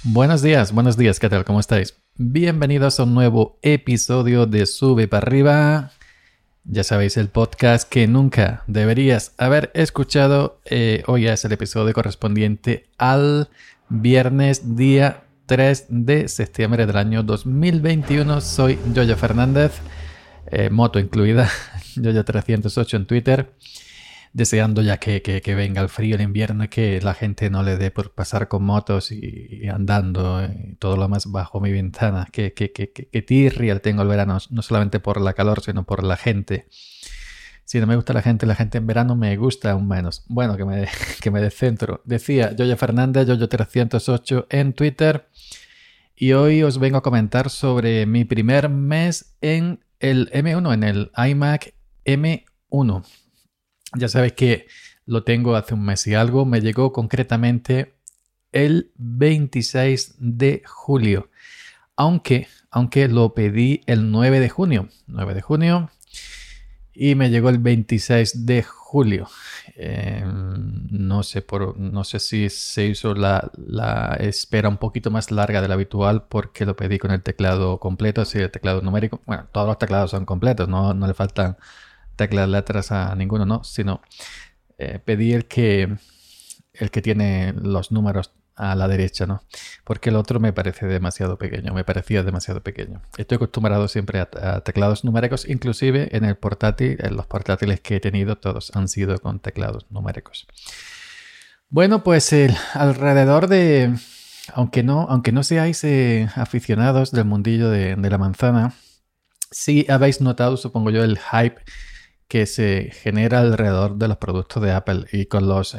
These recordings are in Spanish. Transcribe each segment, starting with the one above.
Buenos días, ¿qué tal? ¿Cómo estáis? Bienvenidos a un nuevo episodio de Sube para arriba. Ya sabéis, el podcast que nunca deberías haber escuchado. Hoy es el episodio correspondiente al viernes día 3 de septiembre del año 2021. Soy Yoyo Fernández, moto incluida, Yoyo308 en Twitter. Deseando ya que venga el frío, el invierno, y que la gente no le dé por pasar con motos y andando y todo lo más bajo mi ventana. Que tirria tengo el verano, no solamente por la calor, sino por la gente. Si no me gusta la gente en verano me gusta aún menos. Bueno, que me descentro. Decía Yoyo Fernández, Yoyo308 en Twitter. Y hoy os vengo a comentar sobre mi primer mes en el M1, en el iMac M1. Ya sabéis que lo tengo hace un mes y algo. Me llegó concretamente el 26 de julio. Aunque lo pedí el 9 de junio. 9 de junio. Y me llegó el 26 de julio. No sé si se hizo la espera un poquito más larga de la habitual porque lo pedí con el teclado completo, así el teclado numérico. Bueno, todos los teclados son completos, no le faltan teclas letras a ninguno, no, sino pedí el que tiene los números a la derecha, ¿no? Porque el otro me parecía demasiado pequeño. Estoy acostumbrado siempre a teclados numéricos, inclusive en el portátil, en los portátiles que he tenido, todos han sido con teclados numéricos. Bueno, pues alrededor de, aunque no seáis aficionados del mundillo de la manzana, sí habéis notado, supongo yo, el hype que se genera alrededor de los productos de Apple y con los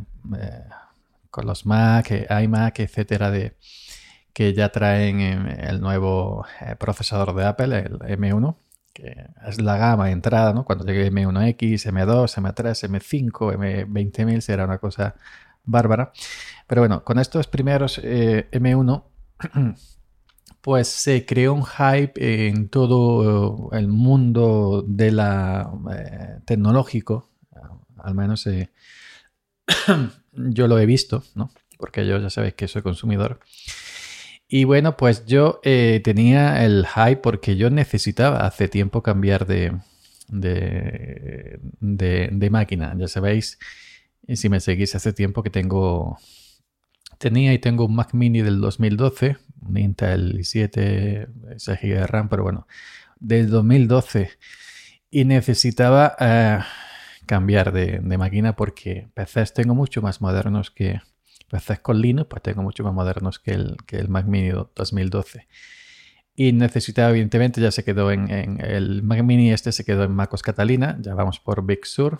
Mac, iMac, etcétera, que ya traen el nuevo procesador de Apple, el M1, que es la gama de entrada, ¿no? Cuando llegue M1X, M2, M3, M5, M20000 será una cosa bárbara. Pero bueno, con estos primeros M1 pues se creó un hype en todo el mundo de la tecnológico, al menos yo lo he visto, ¿no? Porque yo ya sabéis que soy consumidor. Y bueno, pues yo tenía el hype porque yo necesitaba hace tiempo cambiar de máquina. Ya sabéis, si me seguís hace tiempo que tenía y tengo un Mac Mini del 2012, un Intel i7, 6 GB de RAM, pero bueno, del 2012. Y necesitaba cambiar de máquina porque PCs tengo mucho más modernos que PCs con Linux, pues tengo mucho más modernos que el Mac Mini 2012. Y necesitaba, evidentemente, ya se quedó en el Mac Mini, se quedó en MacOS Catalina, ya vamos por Big Sur.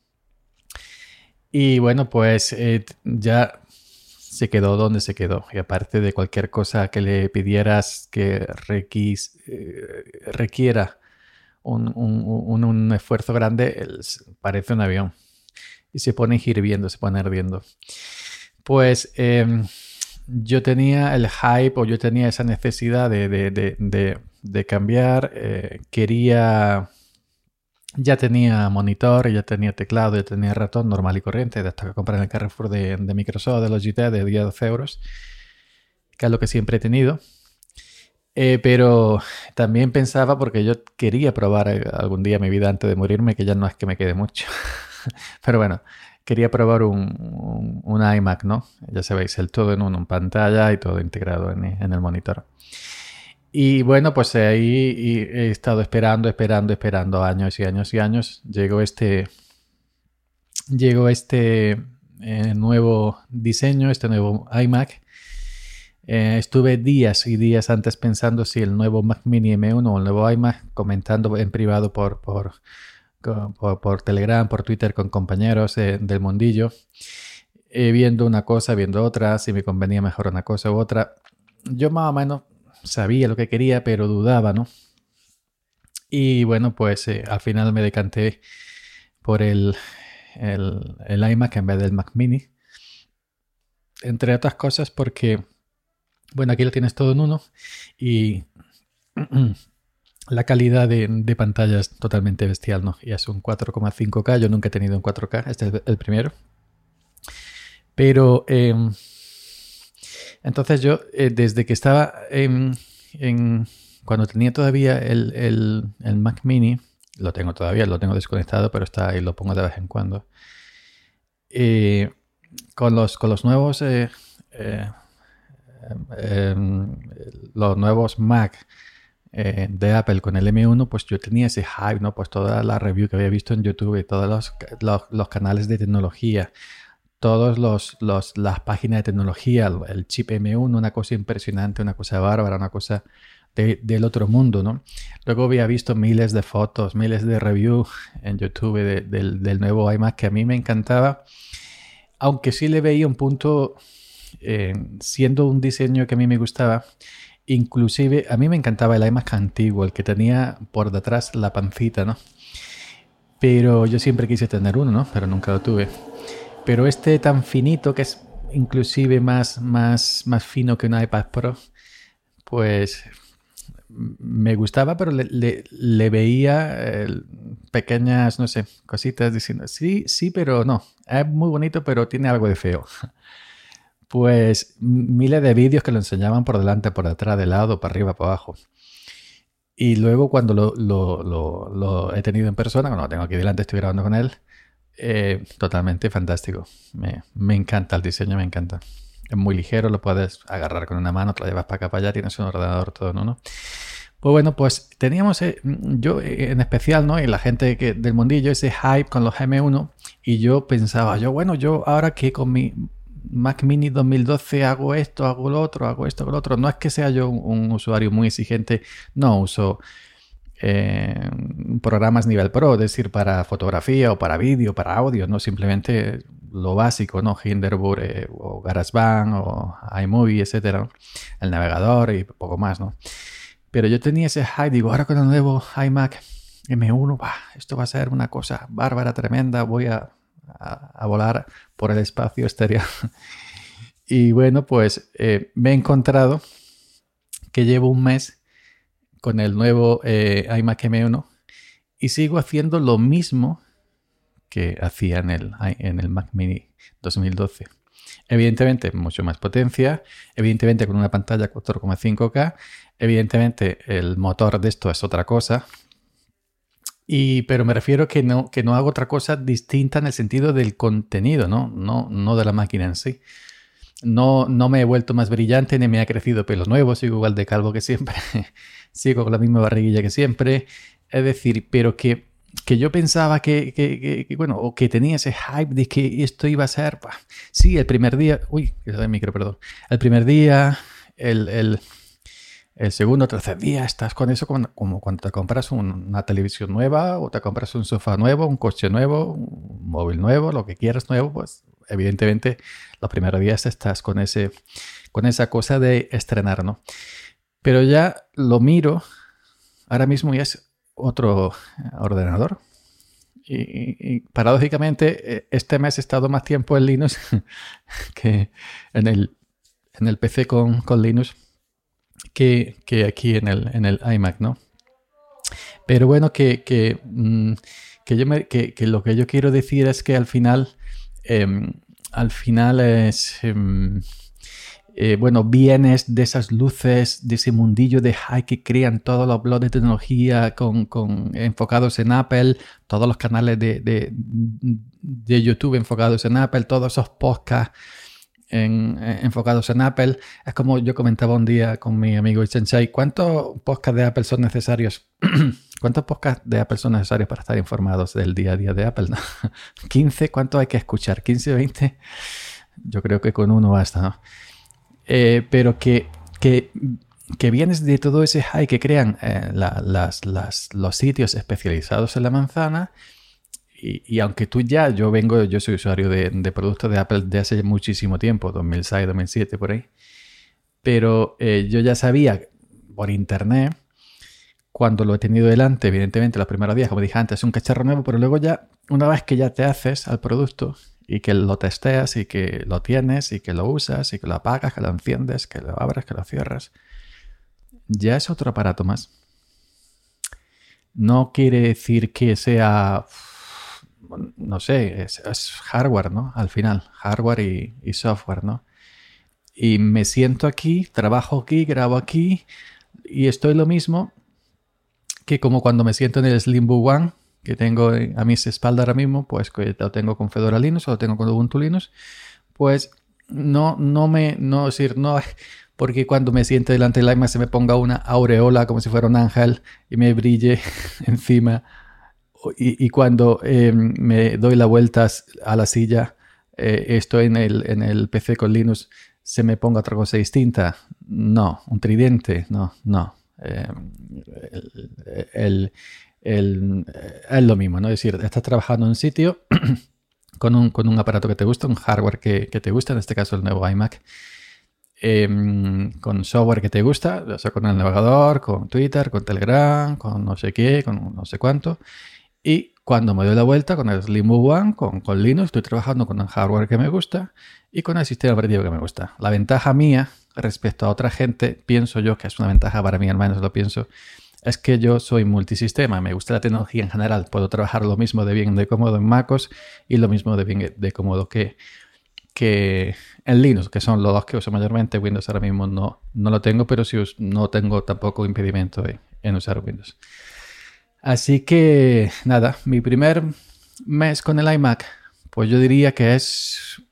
Y bueno, pues ya se quedó donde se quedó. Y aparte de cualquier cosa que le pidieras que requiera un esfuerzo grande, parece un avión. Y se pone hirviendo, se pone ardiendo. Pues yo tenía el hype o yo tenía esa necesidad de cambiar. Ya tenía monitor, ya tenía teclado, ya tenía ratón normal y corriente, de esto que compré en el Carrefour de Microsoft, de Logitech, de 10-12 euros, que es lo que siempre he tenido. Pero también pensaba, porque yo quería probar algún día mi vida antes de morirme, que ya no es que me quede mucho. Pero bueno, quería probar un iMac, ¿no? Ya sabéis, el todo en uno, en pantalla y todo integrado en el monitor. Y bueno, pues ahí he estado esperando años y años y años. Llegó este nuevo diseño, este nuevo iMac. Estuve días y días antes pensando si el nuevo Mac Mini M1 o el nuevo iMac, comentando en privado por Telegram, por Twitter con compañeros del mundillo, viendo una cosa, viendo otra, si me convenía mejor una cosa u otra. Yo más o menos sabía lo que quería, pero dudaba, ¿no? Y bueno, pues al final me decanté por el iMac en vez del Mac Mini. Entre otras cosas porque, bueno, aquí lo tienes todo en uno y la calidad de pantalla es totalmente bestial, ¿no? Y es un 4,5K. Yo nunca he tenido un 4K, este es el primero. Pero Entonces yo, desde que estaba cuando tenía todavía el Mac Mini, lo tengo todavía, lo tengo desconectado, pero está ahí, lo pongo de vez en cuando. Con los nuevos los nuevos Mac de Apple con el M1, pues yo tenía ese hype, ¿no? Pues toda la review que había visto en YouTube y todos los canales de tecnología, todas las páginas de tecnología, el chip M1, una cosa impresionante, una cosa bárbara, una cosa del otro mundo, ¿no? Luego había visto miles de fotos, miles de reviews en YouTube del nuevo iMac que a mí me encantaba, aunque sí le veía un punto, siendo un diseño que a mí me gustaba. Inclusive a mí me encantaba el iMac antiguo, el que tenía por detrás la pancita, ¿no? Pero yo siempre quise tener uno, ¿no? Pero nunca lo tuve. Pero este tan finito, que es inclusive más fino que un iPad Pro, pues me gustaba, pero le veía pequeñas, no sé, cositas diciendo, sí, pero no. Es muy bonito, pero tiene algo de feo. Pues miles de vídeos que lo enseñaban por delante, por detrás, de lado, para arriba, para abajo. Y luego cuando lo he tenido en persona, cuando lo tengo aquí delante, estoy grabando con él, totalmente fantástico. Me encanta el diseño, me encanta. Es muy ligero, lo puedes agarrar con una mano, te lo llevas para acá, para allá, tienes un ordenador todo en uno. Pues bueno, pues teníamos yo en especial, ¿no? Y la gente del mundillo, ese hype con los M1. Y yo pensaba, yo ahora que con mi Mac Mini 2012 hago esto, hago lo otro, hago esto, hago lo otro. No es que sea yo un usuario muy exigente, no uso programas nivel pro, es decir, para fotografía o para vídeo, para audio, no simplemente lo básico, ¿no? Hindenburg o GarageBand o iMovie, etcétera, ¿no? El navegador y poco más, ¿no? Pero yo tenía ese hype, digo, ahora con el nuevo iMac M1, esto va a ser una cosa bárbara, tremenda, voy a volar por el espacio exterior. Y bueno, pues me he encontrado que llevo un mes con el nuevo iMac M1 y sigo haciendo lo mismo que hacía en el Mac Mini 2012. Evidentemente, mucho más potencia, evidentemente con una pantalla 4,5K, evidentemente el motor de esto es otra cosa, pero me refiero que no hago otra cosa distinta en el sentido del contenido, no de la máquina en sí. No me he vuelto más brillante ni me ha crecido pelos nuevos, sigo igual de calvo que siempre, sigo con la misma barriguilla que siempre. Es decir, pero que yo pensaba bueno, o que tenía ese hype de que esto iba a ser, sí, el primer día, que el micro, perdón, el primer día, el segundo, tercer día, estás con eso como cuando te compras una televisión nueva o te compras un sofá nuevo, un coche nuevo, un móvil nuevo, lo que quieras nuevo, pues evidentemente los primeros días estás con esa cosa de estrenar, ¿no? Pero ya lo miro, ahora mismo ya es otro ordenador y paradójicamente este mes he estado más tiempo en Linux que en el PC con Linux que aquí en el iMac, ¿no? Pero bueno, que lo que yo quiero decir es que al final es bueno, vienes de esas luces, de ese mundillo de hype que crean todos los blogs de tecnología enfocados en Apple, todos los canales de YouTube enfocados en Apple, todos esos podcasts enfocados en Apple. Es como yo comentaba un día con mi amigo Sensei, ¿cuántos podcasts de Apple son necesarios? ¿Cuántos podcasts de Apple son necesarios para estar informados del día a día de Apple? ¿No? ¿15? ¿Cuánto hay que escuchar? ¿15 o 20? Yo creo que con uno basta, ¿no? Pero que vienes de todo ese hype que crean los sitios especializados en la manzana. Y aunque yo soy usuario de productos de Apple de hace muchísimo tiempo, 2006, 2007, por ahí. Pero yo ya sabía por internet, cuando lo he tenido delante, evidentemente los primeros días, como dije antes, es un cacharro nuevo, pero luego ya, una vez que ya te haces al producto y que lo testeas y que lo tienes y que lo usas y que lo apagas, que lo enciendes, que lo abres, que lo cierras, ya es otro aparato más. No quiere decir que sea... no sé, es hardware, ¿no? Al final, hardware y software, ¿no? y me siento aquí, trabajo aquí, grabo aquí y estoy lo mismo que como cuando me siento en el Slimbook One que tengo a mis espaldas ahora mismo, pues que lo tengo con Fedora Linux o lo tengo con Ubuntu Linux, pues no, porque cuando me siento delante del iMac se me ponga una aureola como si fuera un ángel y me brille encima. Y cuando me doy la vuelta a la silla, estoy en el PC con Linux, se me ponga otra cosa distinta. No, un tridente, no. Es lo mismo, ¿no? Es decir, estás trabajando en un sitio con un aparato que te gusta, un hardware que te gusta, en este caso el nuevo iMac, con software que te gusta, o sea, con el navegador, con Twitter, con Telegram, con no sé qué, con no sé cuánto. Y cuando me doy la vuelta con el Slimbook One, con Linux, estoy trabajando con el hardware que me gusta y con el sistema operativo que me gusta. La ventaja mía respecto a otra gente, pienso yo que es una ventaja para mí, al menos lo pienso, es que yo soy multisistema, me gusta la tecnología en general, puedo trabajar lo mismo de bien de cómodo en MacOS y lo mismo de bien de cómodo que en Linux, que son los dos que uso mayormente. Windows ahora mismo no lo tengo, pero sí no tengo tampoco impedimento en usar Windows. Así que nada, mi primer mes con el iMac, pues yo diría que es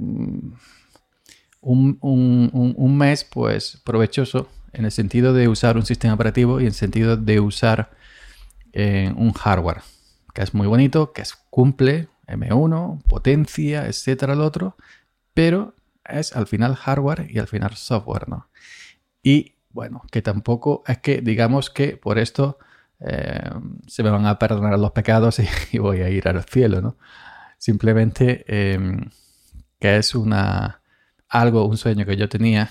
un mes pues provechoso en el sentido de usar un sistema operativo y en el sentido de usar un hardware que es muy bonito, que cumple M1, potencia, etcétera, lo otro, pero es al final hardware y al final software, ¿no? Y bueno, que tampoco es que digamos que por esto se me van a perdonar los pecados y voy a ir al cielo, ¿no? Simplemente que es un sueño que yo tenía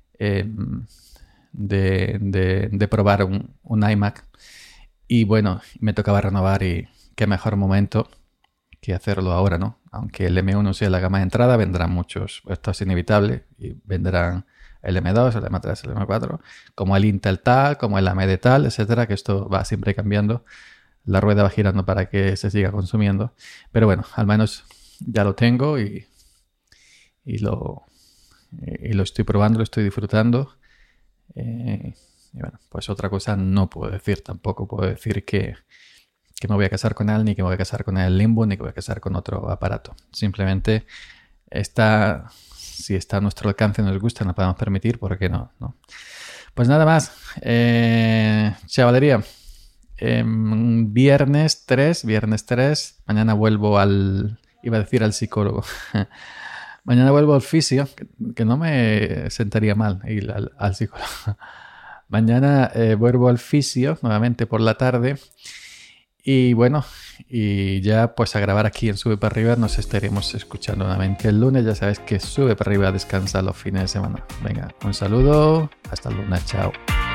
de probar un iMac y bueno, me tocaba renovar y qué mejor momento que hacerlo ahora, ¿no? Aunque el M1 sea la gama de entrada, vendrán muchos, esto es inevitable, y vendrán el M2, el M3, el M4, como el Intel tal, como el AMD tal, etcétera, que esto va siempre cambiando. La rueda va girando para que se siga consumiendo. Pero bueno, al menos ya lo tengo y lo estoy probando, lo estoy disfrutando. Y bueno, pues otra cosa no puedo decir. Tampoco puedo decir que me voy a casar con él, ni que me voy a casar con el Limbo, ni que voy a casar con otro aparato. Simplemente si está a nuestro alcance, nos gusta, nos podemos permitir, ¿por qué no? Pues nada más. Chavalería. Viernes 3. Mañana vuelvo iba a decir al psicólogo. Mañana vuelvo al fisio, que no me sentaría mal ir al psicólogo. Mañana vuelvo al fisio nuevamente por la tarde. Y bueno, y ya pues a grabar aquí en Sube para Arriba. Nos estaremos escuchando nuevamente el lunes. Ya sabes que Sube para Arriba descansa los fines de semana. Venga, un saludo. Hasta el lunes. Chao.